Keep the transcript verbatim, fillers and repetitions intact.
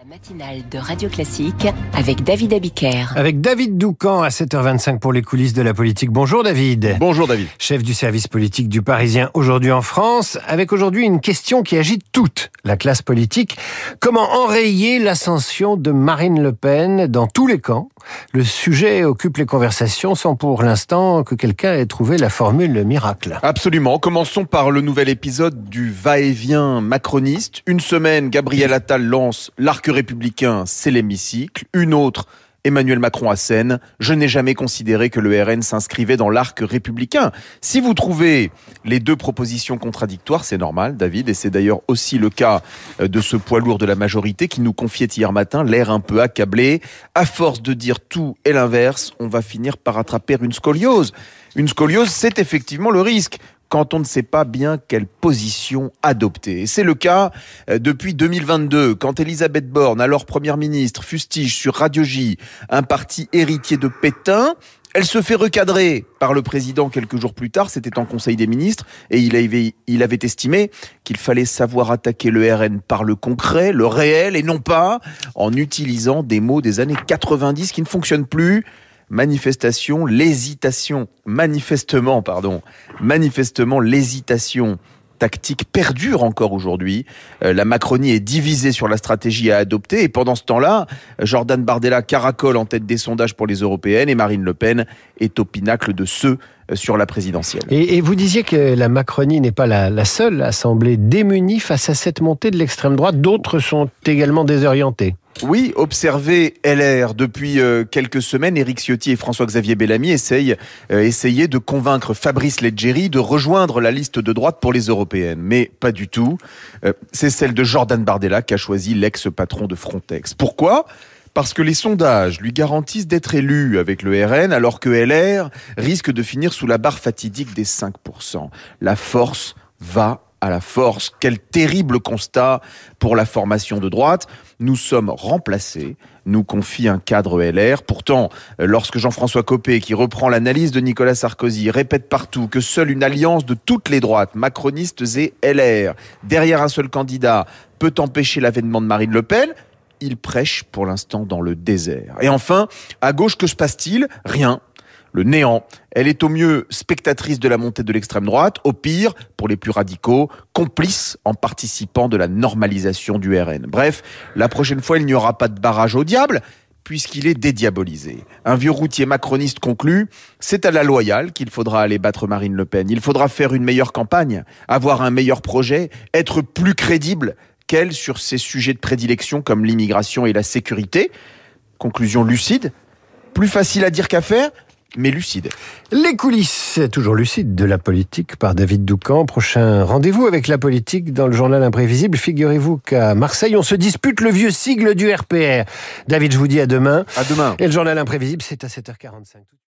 Matinale de Radio Classique avec David Abiker. Avec David Doucan à sept heures vingt-cinq pour les coulisses de la politique. Bonjour David. Bonjour David. Chef du service politique du Parisien aujourd'hui en France, avec aujourd'hui une question qui agite toute la classe politique. Comment enrayer l'ascension de Marine Le Pen dans tous les camps ? Le sujet occupe les conversations sans pour l'instant que quelqu'un ait trouvé la formule miracle. Absolument. Commençons par le nouvel épisode du va-et-vient macroniste. Une semaine, Gabriel Attal lance l'arc républicain, c'est l'hémicycle. Une autre, Emmanuel Macron assène. Je n'ai jamais considéré que le R N s'inscrivait dans l'arc républicain. Si vous trouvez les deux propositions contradictoires, c'est normal, David, et c'est d'ailleurs aussi le cas de ce poids lourd de la majorité qui nous confiait hier matin l'air un peu accablé. À force de dire tout et l'inverse, on va finir par attraper une scoliose. Une scoliose, c'est effectivement le risque quand on ne sait pas bien quelle position adopter. Et c'est le cas depuis deux mille vingt-deux, quand Elisabeth Borne, alors première ministre, fustige sur Radio J un parti héritier de Pétain. Elle se fait recadrer par le président quelques jours plus tard, c'était en Conseil des ministres, et il avait, il avait estimé qu'il fallait savoir attaquer le R N par le concret, le réel, et non pas en utilisant des mots des années quatre-vingt-dix qui ne fonctionnent plus. Manifestation, l'hésitation, manifestement, pardon, manifestement, l'hésitation tactique perdure encore aujourd'hui. Euh, la Macronie est divisée sur la stratégie à adopter et pendant ce temps-là, Jordan Bardella caracole en tête des sondages pour les européennes et Marine Le Pen est au pinacle de ceux sur la présidentielle. Et, et vous disiez que la Macronie n'est pas la, la seule à sembler démunie face à cette montée de l'extrême droite. D'autres sont également désorientés. Oui, observez L R. Depuis euh, quelques semaines, Éric Ciotti et François-Xavier Bellamy essayent, euh, essayaient de convaincre Fabrice Leggeri de rejoindre la liste de droite pour les européennes. Mais pas du tout. Euh, c'est celle de Jordan Bardella qu'a choisi l'ex-patron de Frontex. Pourquoi ? Parce que les sondages lui garantissent d'être élu avec le R N, alors que L R risque de finir sous la barre fatidique des cinq pour cent. La force va à la force. Quel terrible constat pour la formation de droite. Nous sommes remplacés, nous confie un cadre L R. Pourtant, lorsque Jean-François Copé, qui reprend l'analyse de Nicolas Sarkozy, répète partout que seule une alliance de toutes les droites, macronistes et L R, derrière un seul candidat, peut empêcher l'avènement de Marine Le Pen, il prêche pour l'instant dans le désert. Et enfin, à gauche, que se passe-t-il ? Rien. Le néant. Elle est au mieux spectatrice de la montée de l'extrême droite, au pire, pour les plus radicaux, complice en participant de la normalisation du R N. Bref, la prochaine fois, il n'y aura pas de barrage au diable, puisqu'il est dédiabolisé. Un vieux routier macroniste conclut, c'est à la loyale qu'il faudra aller battre Marine Le Pen. Il faudra faire une meilleure campagne, avoir un meilleur projet, être plus crédible qu'elle sur ces sujets de prédilection comme l'immigration et la sécurité. Conclusion lucide, plus facile à dire qu'à faire, mais lucide. Les coulisses, toujours lucides, de la politique par David Doucan. Prochain rendez-vous avec la politique dans le journal imprévisible. Figurez-vous qu'à Marseille, on se dispute le vieux sigle du R P R. David, je vous dis à demain. À demain. Et le journal imprévisible, c'est à sept heures quarante-cinq.